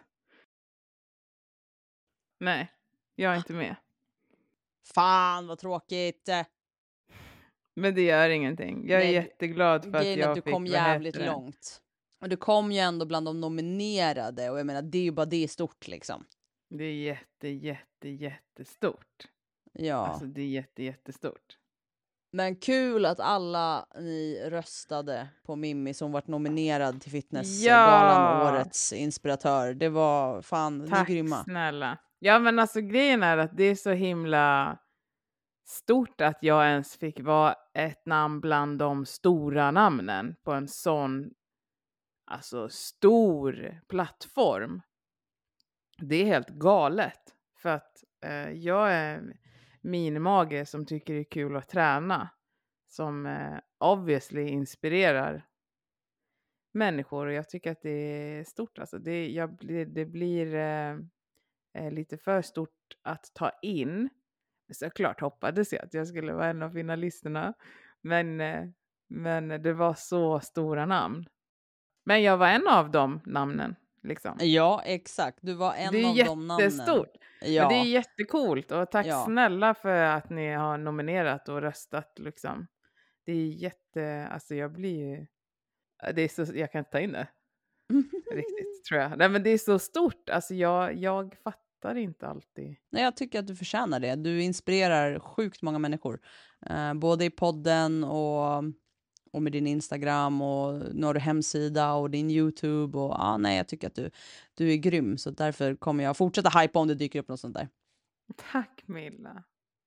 Nej, jag är inte med. Fan vad tråkigt. Men det gör ingenting. Jag är Nej, jätteglad för att Grejen är jag att du fick, kom vad jävligt heter det? långt. Och du kom ju ändå bland de nominerade. Och jag menar, det är ju bara det stort liksom. Det är jätte, jätte, jättestort. Ja. Alltså det är jätte, jättestort. Men kul att alla ni röstade på Mimmi som varit nominerad till Fitnessgalan, Ja! årets inspiratör. Det var fan, ni är Tack grymma. snälla. Ja men alltså grejen är att det är så himla stort att jag ens fick vara ett namn bland de stora namnen på en sån alltså stor plattform. Det är helt galet för att eh, jag är minimage som tycker det är kul att träna, som eh, obviously inspirerar människor, och jag tycker att det är stort alltså. Det, jag, det, det blir eh, eh, lite för stort att ta in. Såklart hoppades jag att jag skulle vara en av finalisterna, men, eh, men det var så stora namn. Men jag var en av de namnen liksom. Ja, exakt. Du var en Det är av de namnen. jättestort. Ja. Men det är jättecoolt, och tack Ja. snälla för att ni har nominerat och röstat liksom. Det är jätte, alltså jag blir ju, det är så, jag kan inte ta in det riktigt tror jag. Nej men det är så stort, alltså jag, jag fattar inte alltid. Nej, jag tycker att du förtjänar det. Du inspirerar sjukt många människor. Eh, både i podden och, och med din Instagram, och nu har du hemsida och din YouTube. Och ah, nej, jag tycker att du, du är grym. Så därför kommer jag fortsätta hypa om det dyker upp något sånt där. Tack Milla.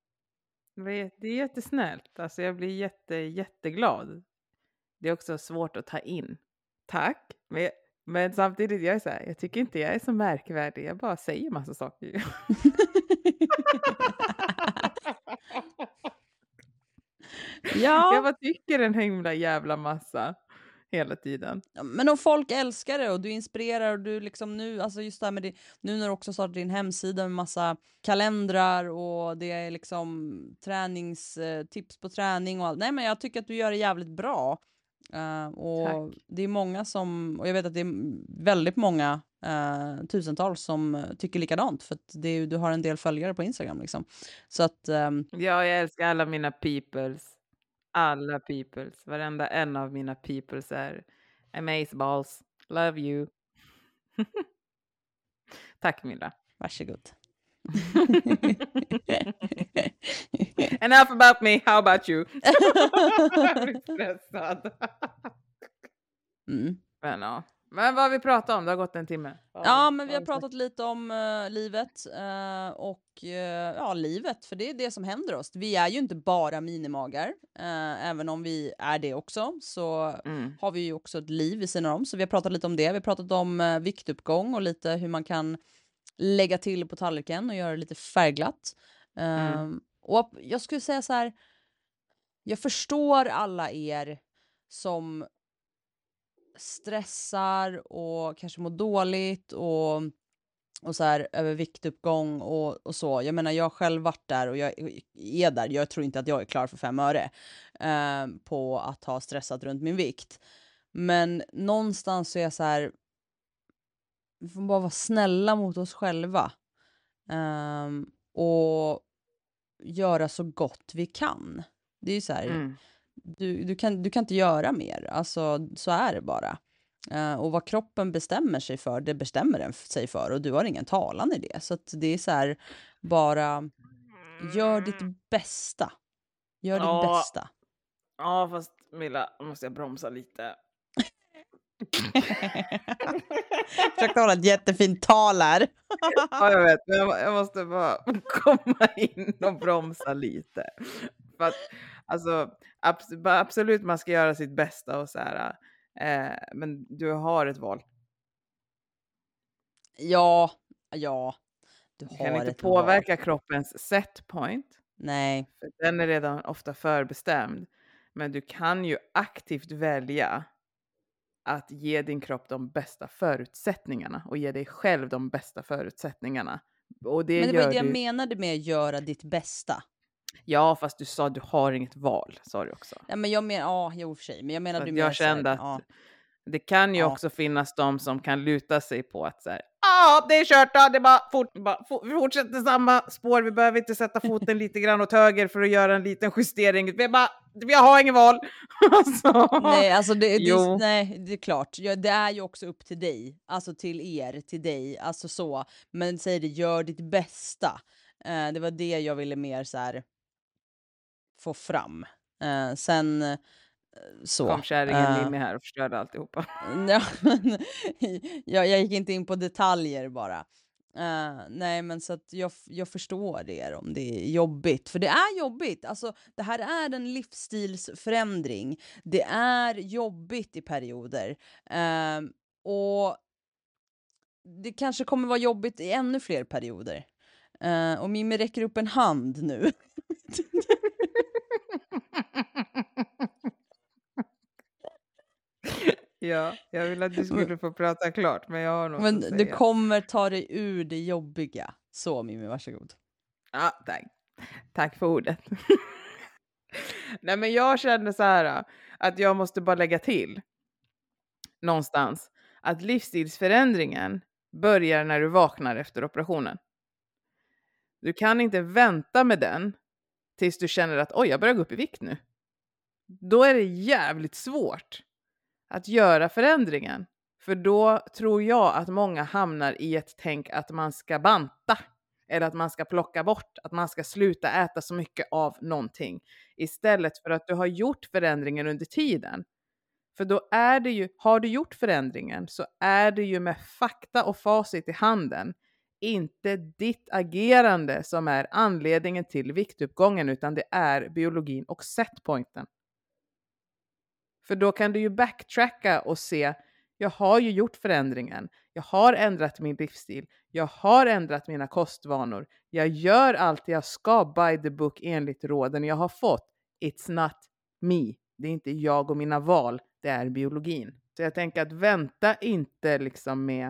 Det är jättesnällt, alltså jag blir jätte, jätteglad. Det är också svårt att ta in. Tack, men, men samtidigt jag är så här, jag tycker inte jag är så märkvärdig, jag bara säger massa saker. Ja. Jag bara tycker en himla jävla massa hela tiden. Men om folk älskar det och du inspirerar och du liksom nu, alltså just det här med det, nu när du också startar din hemsida med massa kalendrar och det är liksom träningstips på träning och allt. Nej, men jag tycker att du gör det jävligt bra. Uh, och Tack. det är många som, och jag vet att det är väldigt många uh, tusentals som tycker likadant, för att det är, du har en del följare på Instagram liksom. Så att um, ja, jag älskar alla mina peoples. Alla peoples. Varenda en av mina peoples är amazeballs. Love you. Tack Milla. varsågod. Enough about me, how about you? Jag blir stressad. Mm. Men ja. Men vad har vi pratat om? Det har gått en timme. Ja, men vi har pratat lite om uh, livet uh, och uh, ja, livet, för det är det som händer oss. Vi är ju inte bara minimagar, uh, även om vi är det också, så Mm. har vi ju också ett liv i sidan om. Så vi har pratat lite om det. Vi har pratat om uh, viktuppgång och lite hur man kan lägga till på tallriken och göra det lite färgglatt. Mm. Um, och jag skulle säga så här, jag förstår alla er som stressar och kanske mår dåligt och, och så här över viktuppgång och, och så. Jag menar, jag har själv varit där och jag är där. Jag tror inte att jag är klar för fem öre eh, på att ha stressat runt min vikt. Men någonstans så är jag så här, vi får bara vara snälla mot oss själva. Um, och göra så gott vi kan. Det är ju så här, Mm. du, du, kan, du kan inte göra mer. Alltså, så är det bara. Uh, och vad kroppen bestämmer sig för, det bestämmer den sig för. Och du har ingen talan i det. Så att det är så här, bara gör ditt bästa. Gör ditt Ja. bästa. Ja, fast Milla, måste jag bromsa lite. Försökte hålla ett jättefint tal här. Ja, jag vet. Men jag, jag måste bara komma in och bromsa lite. För att, alltså, abs- absolut, man ska göra sitt bästa och så här. Eh, men du har ett val. Ja, ja. Du Du kan har inte ett val. påverka kroppens set point. Nej. För den är redan ofta förbestämd. Men du kan ju aktivt välja att ge din kropp de bästa förutsättningarna. Och ge dig själv de bästa förutsättningarna. Och det Men det var gör ju det jag du... menade med att göra ditt bästa. Ja, fast du sa att du har inget val, sa du också. Ja, men jag menar, ja, jo för sig. Men jag menar Så du att mer jag så här, kände att ja. det kan ju Ja. också finnas de som kan luta sig på att så här, ja, det är kört då, det är bara, fort, bara for, vi fortsätter samma spår, vi behöver inte sätta foten lite grann åt höger för att göra en liten justering. Vi bara, vi har ingen val. Alltså, Nej, alltså det, det, jo. nej, det är klart. Ja, det är ju också upp till dig. Alltså till er, till dig. Alltså så. Men säg det, gör ditt bästa. Eh, det var det jag ville mer så här få fram. Eh, sen eh, så. Kom kärringen Eh, Mimmi här och förstörde alltihopa. ja, men, jag, jag gick inte in på detaljer bara. Uh, nej, men så att jag, jag förstår det om det är jobbigt. För det är jobbigt. Alltså, det här är en livsstilsförändring. Det är jobbigt i perioder. Uh, och det kanske kommer vara jobbigt i ännu fler perioder. Uh, och Mimmi räcker upp en hand nu. Ja, jag vill att du skulle få prata klart, men jag har något Men att säga. du kommer ta dig ur det jobbiga. Så Mimmi, varsågod. Ja, tack. Tack för ordet. Nej, men jag kände så här att jag måste bara lägga till någonstans att livsstilsförändringen börjar när du vaknar efter operationen. Du kan inte vänta med den tills du känner att oj, jag börjar gå upp i vikt nu. Då är det jävligt svårt att göra förändringen. För då tror jag att många hamnar i ett tänk att man ska banta. Eller att man ska plocka bort, att man ska sluta äta så mycket av någonting. Istället för att du har gjort förändringen under tiden. För då är det ju, har du gjort förändringen så är det ju med fakta och facit i handen. Inte ditt agerande som är anledningen till viktuppgången, utan det är biologin och setpointen. För då kan du ju backtracka och se, jag har ju gjort förändringen. Jag har ändrat min livsstil. Jag har ändrat mina kostvanor. Jag gör allt jag ska by the book enligt råden jag har fått. It's not me. Det är inte jag och mina val. Det är biologin. Så jag tänker att vänta inte liksom med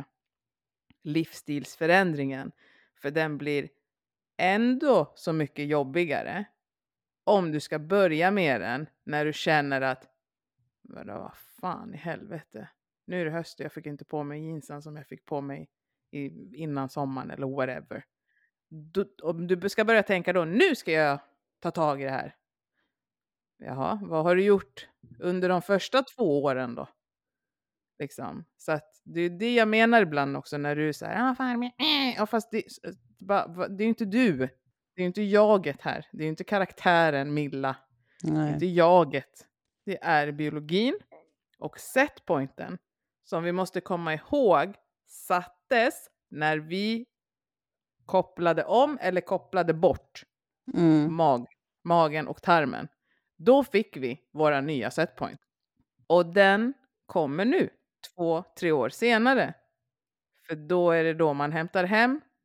livsstilsförändringen. För den blir ändå så mycket jobbigare om du ska börja med den när du känner att men vad fan i helvete. Nu är det höst och jag fick inte på mig jeansen som jag fick på mig i, innan sommaren eller whatever. Du, om du ska börja tänka då, nu ska jag ta tag i det här. Jaha, vad har du gjort under de första två åren då? Liksom. Så att det är det jag menar ibland också när du säger, ah, fan, men, äh. Ja, fast det, det är ju inte du. Det är ju inte jaget här. Det är ju inte karaktären Milla. Nej. Det är inte jaget. Det är biologin och setpointen som vi måste komma ihåg sattes när vi kopplade om eller kopplade bort Mm. mag, magen och tarmen. Då fick vi våra nya setpoint. Och den kommer nu, två, tre år senare. För då är det då man hämtar hem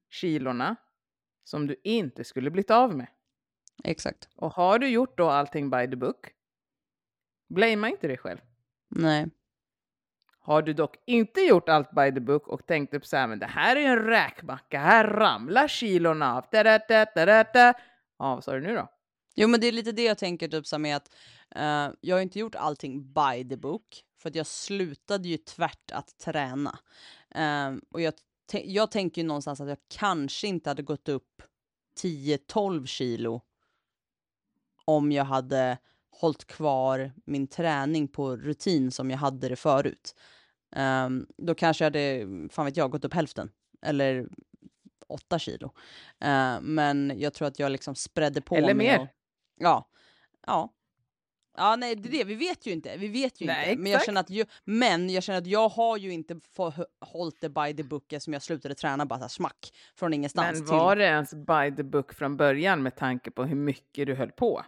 kilorna som du inte skulle blivit av med. Exakt. Och har du gjort då allting by the book, blamea inte dig själv. Nej. Har du dock inte gjort allt by the book och tänkt upp så här, men det här är en räkmacka, här ramlar kilorna av. Da, da, da, da, da, da. Ja, vad sa du nu då? Jo, men det är lite det jag tänker typ som är att uh, jag har inte gjort allting by the book. För att jag slutade ju tvärt att träna. Um, och jag, t- jag tänker ju någonstans att jag kanske inte hade gått upp tio tolv kilo om jag hade hållit kvar min träning på rutin som jag hade det förut. Um, då kanske jag hade, fan vet jag, gått upp hälften. Eller åtta kilo. Uh, men jag tror att jag liksom spredde på Eller mig. mer. Och, ja. Ja. Ja, nej, det är det. Vi vet ju inte. Vi vet ju Nej, inte. Men jag, exakt. känner att ju, men jag känner att jag har ju inte få, hållit det by the book som jag slutade träna bara så här smack från ingenstans. Men till. var det ens by the book från början med tanke på hur mycket du höll på?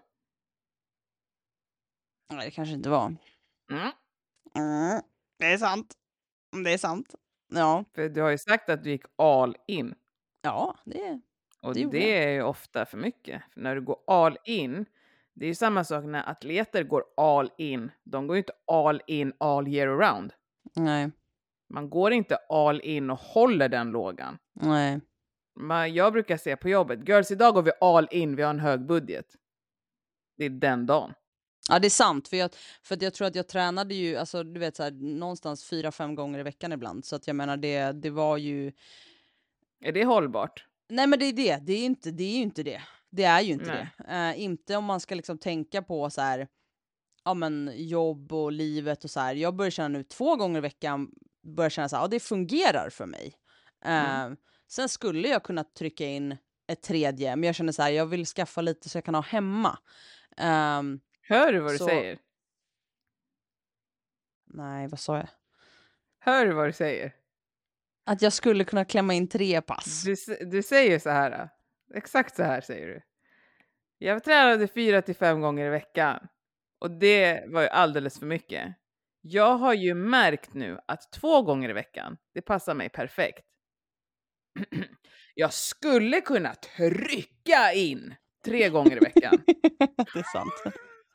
Nej, det kanske inte var. Mm. Mm, det är sant. Det är sant. Ja. För du har ju sagt att du gick all in. Ja, det är... Och Det det, gjorde är ju ofta för mycket. För när du går all in, det är ju samma sak när atleter går all in. De går ju inte all in all year round. Nej. Man går inte all in och håller den lågan. Nej. Men jag brukar säga på jobbet, girls, idag går vi all in, vi har en hög budget. Det är den dagen. Ja, det är sant. För jag, för att jag tror att jag tränade ju, alltså du vet så här, någonstans fyra, fem gånger i veckan ibland. Så att jag menar, det, det var ju... Är det hållbart? Nej, men det är det. Det är, inte, det är ju inte det. Det är ju inte Nej. det. Uh, inte om man ska liksom tänka på så här, ja men jobb och livet och så här. Jag börjar känna nu två gånger i veckan, börjar känna så här, ja det fungerar för mig. Uh, Mm. Sen skulle jag kunna trycka in ett tredje, men jag känner så här, jag vill skaffa lite så jag kan ha hemma. Um, Hör du vad du så- säger? nej, vad sa jag? Hör du vad du säger? Att jag skulle kunna klämma in tre pass. Du, s- du säger så här. Då. Exakt så här säger du. Jag tränade fyra till fem gånger i veckan. Och det var ju alldeles för mycket. Jag har ju märkt nu att två gånger i veckan, det passar mig perfekt. Jag skulle kunna trycka in tre gånger i veckan. Det är sant.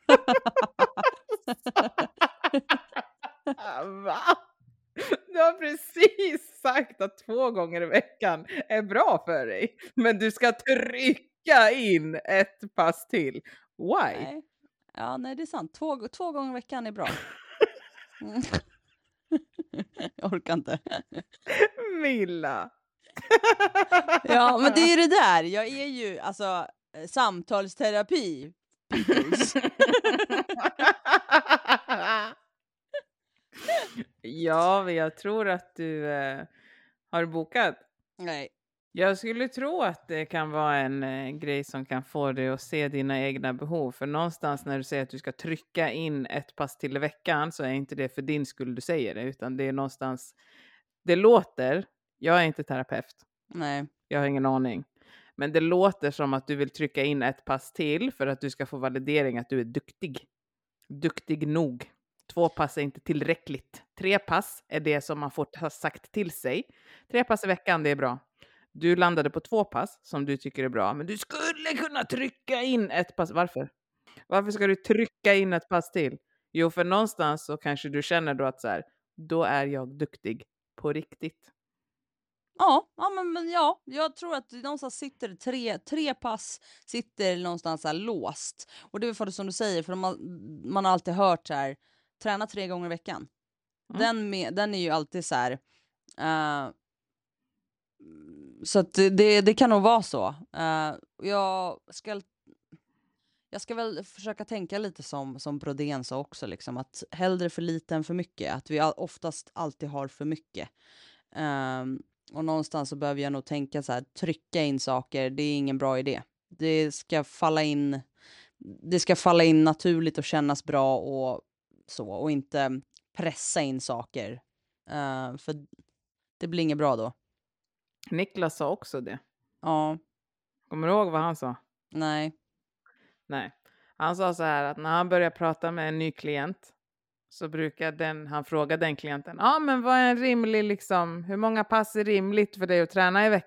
Va? Du har precis sagt att två gånger i veckan är bra för dig. Men du ska trycka in ett pass till. Why? Nej. Ja, nej, det är sant. Två, två gånger i veckan är bra. Mm. Jag orkar inte. Milla. Ja, men det är ju det där. Jag är ju alltså eh, samtalsterapi. peoples. Ja, men jag tror att du eh, har bokat. Nej. Jag skulle tro att det kan vara en eh, grej som kan få dig att se dina egna behov. För någonstans när du säger att du ska trycka in ett pass till i veckan så är inte det för din skull du säger det. Utan det är någonstans, det låter, jag är inte terapeut, Nej. jag har ingen aning. Men det låter som att du vill trycka in ett pass till för att du ska få validering att du är duktig. Duktig nog. Två pass är inte tillräckligt. Tre pass är det som man får ha sagt till sig. Tre pass i veckan, det är bra. Du landade på två pass som du tycker är bra. Men du skulle kunna trycka in ett pass. Varför? Varför ska du trycka in ett pass till? Jo, för någonstans så kanske du känner då att så här, då är jag duktig på riktigt. Ja, ja men, men ja, jag tror att någonstans sitter tre, tre pass sitter någonstans så här låst. Och det är för det som du säger, för man, man har alltid hört så här, träna tre gånger i veckan. Mm. Den, med, den är ju alltid så här, uh, så att det, det kan nog vara så. Uh, jag ska jag ska väl försöka tänka lite som, som Brodén sa också, liksom, att hellre för lite än för mycket. Att vi all, oftast alltid har för mycket. Um, och någonstans så behöver jag nog tänka så här, trycka in saker, det är ingen bra idé. Det ska falla in, det ska falla in naturligt och kännas bra och så, och inte pressa in saker. Uh, för det blir inget bra då. Niklas sa också det. Ja, Kommer du ihåg vad han sa? nej. Nej. Han sa så här att när han börjar prata med en ny klient så brukar den, han fråga den klienten, ja ah, men vad är en rimlig liksom, hur många pass är rimligt för dig att träna i veckan?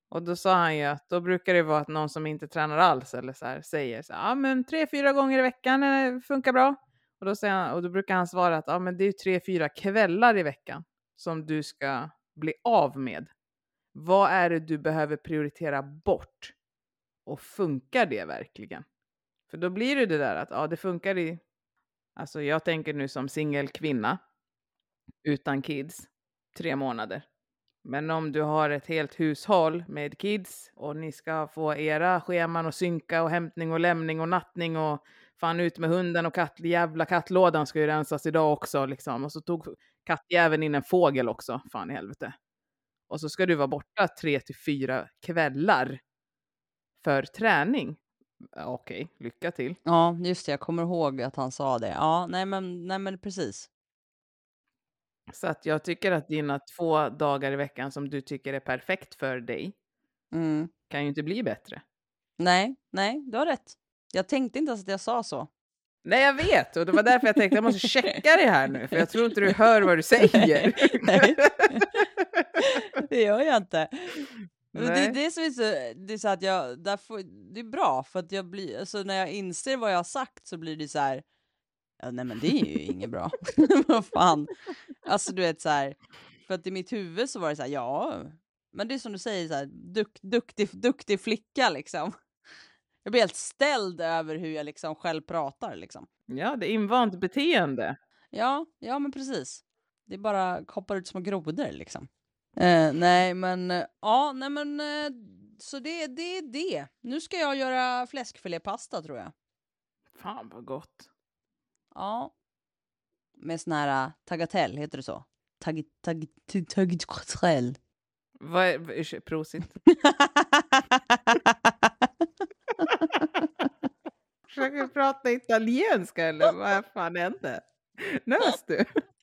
Och då sa han ju att då brukar det vara att någon som inte tränar alls eller så här säger så här, ja men tre, fyra gånger i veckan eh, funkar bra. Och då, säger han, och då brukar han svara att ja men det är tre, fyra kvällar i veckan som du ska bli av med. Vad är det du behöver prioritera bort? Och funkar det verkligen? För då blir det det där att ja det funkar i, alltså jag tänker nu som singelkvinna utan kids, tre månader. Men om du har ett helt hushåll med kids och ni ska få era scheman och synka och hämtning och lämning och nattning och fan ut med hunden och katt, jävla kattlådan ska ju rensas idag också liksom. Och så tog kattjäveln in en fågel också, fan i helvete. Och så ska du vara borta tre till fyra kvällar för träning. Okej, lycka till. Ja, just det. Jag kommer ihåg att han sa det. Ja, nej men, nej men precis. Så att jag tycker att dina två dagar i veckan som du tycker är perfekt för dig Mm. kan ju inte bli bättre. Nej, nej, du har rätt. Jag tänkte inte ens att jag sa så. Nej, jag vet. Och det var därför jag tänkte jag måste checka det här nu. För jag tror inte du hör vad du säger. Nej, det gör jag inte. Men det Nej. är det som är så, det är så att jag, därför, det är bra för att jag blir, alltså när jag inser vad jag har sagt så blir det så här, ja, nej men det är ju inget bra. Vad fan. Alltså du vet så här, för att i mitt huvud så var det så här, ja, men det är som du säger så här, duk, duktig, duktig flicka liksom. Jag blir helt ställd över hur jag liksom själv pratar liksom. Ja, det är invant beteende. Ja, ja men precis. Det är bara hoppar ut små grodor liksom. Eh, nej men, eh, ja nej men, eh, så det, det är det. Nu ska jag göra fläskfilépasta tror jag. Fan vad gott. Ja. Med sån här uh, tagatell, heter det så? Tag, tag, tag, tagatell. Vad är, ursäkta, prosit. Försöker du prata italienska eller vad fan hände? Nös du?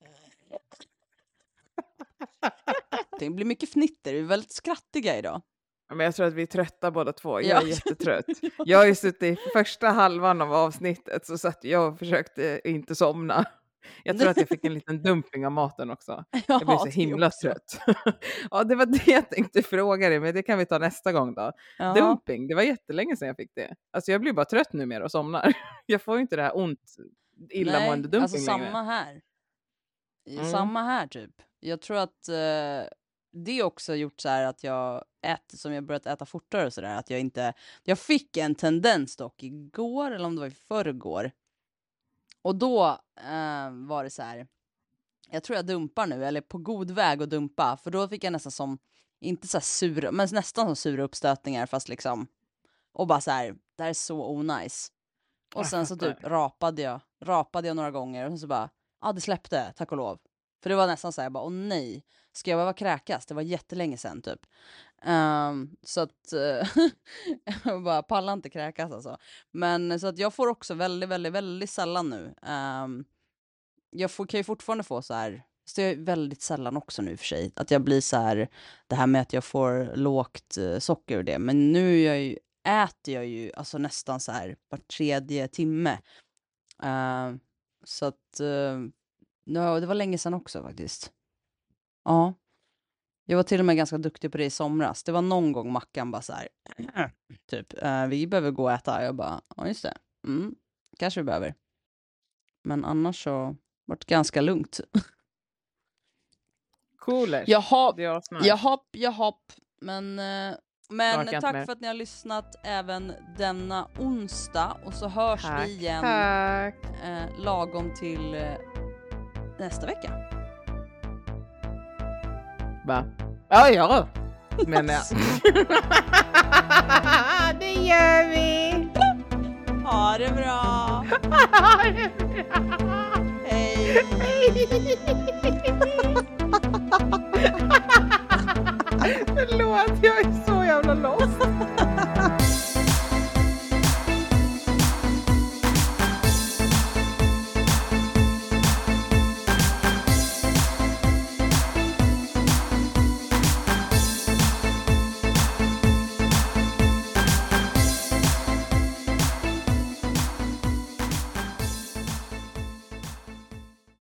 Det blir mycket fnitter, vi är väldigt skrattiga idag. Men jag tror att vi är trötta båda två. Jag Ja. är jättetrött. Jag har ju suttit i första halvan av avsnittet så satt jag och försökte inte somna. Jag tror att jag fick en liten dumping av maten också. Jag blev så himla trött. Ja, det var det jag tänkte fråga dig, men det kan vi ta nästa gång då. Jaha. Dumping, det var jättelänge sedan jag fick det. Alltså jag blir bara trött numera och somnar. Jag får ju inte det här ont, illamående dumping alltså längre. samma här. Mm. Samma här typ. Jag tror att eh, det också har gjort så här att jag äter, som jag börjat äta fortare och sådär. Att jag inte, jag fick en tendens dock igår, eller om det var i förrgår. Och då eh, var det så här, jag tror jag dumpar nu, eller på god väg att dumpa. För då fick jag nästan som, inte så här sura, men nästan som sura uppstötningar, fast liksom, och bara så här, det här är så onajs. Och Jag sen så fattar. typ rapade jag, rapade jag några gånger, och sen så bara, ja ah, det släppte, tack och lov. För det var nästan så här, bara, åh nej, ska jag behöva kräkas? Det var jättelänge sedan typ. Um, så att, uh, jag bara pallar inte kräkas alltså. Men så att jag får också väldigt, väldigt, väldigt sällan nu. Um, jag får, kan ju fortfarande få så här, så jag är väldigt sällan också nu för sig. Att jag blir så här, det här med att jag får lågt uh, socker och det. Men nu är jag ju, äter jag ju alltså nästan så här var tredje timme. Uh, så att, uh, no, det var länge sedan också faktiskt. Ja. Jag var till och med ganska duktig på det i somras. Det var någon gång Mackan bara så här, typ, eh, vi behöver gå och äta. Jag bara, ja just det. Mm, kanske vi behöver. Men annars så var det ganska lugnt. Coolers. Jaha, Det är asnice. jaha, jaha. Men, eh, men Orkar inte tack mer. för att ni har lyssnat även denna onsdag. Och så hörs Tack, vi igen tack. eh, lagom till eh, nästa vecka. Va? Ja, ja. Men ja. Det gör vi. Ha det bra! Ha det bra. Hej! Hej.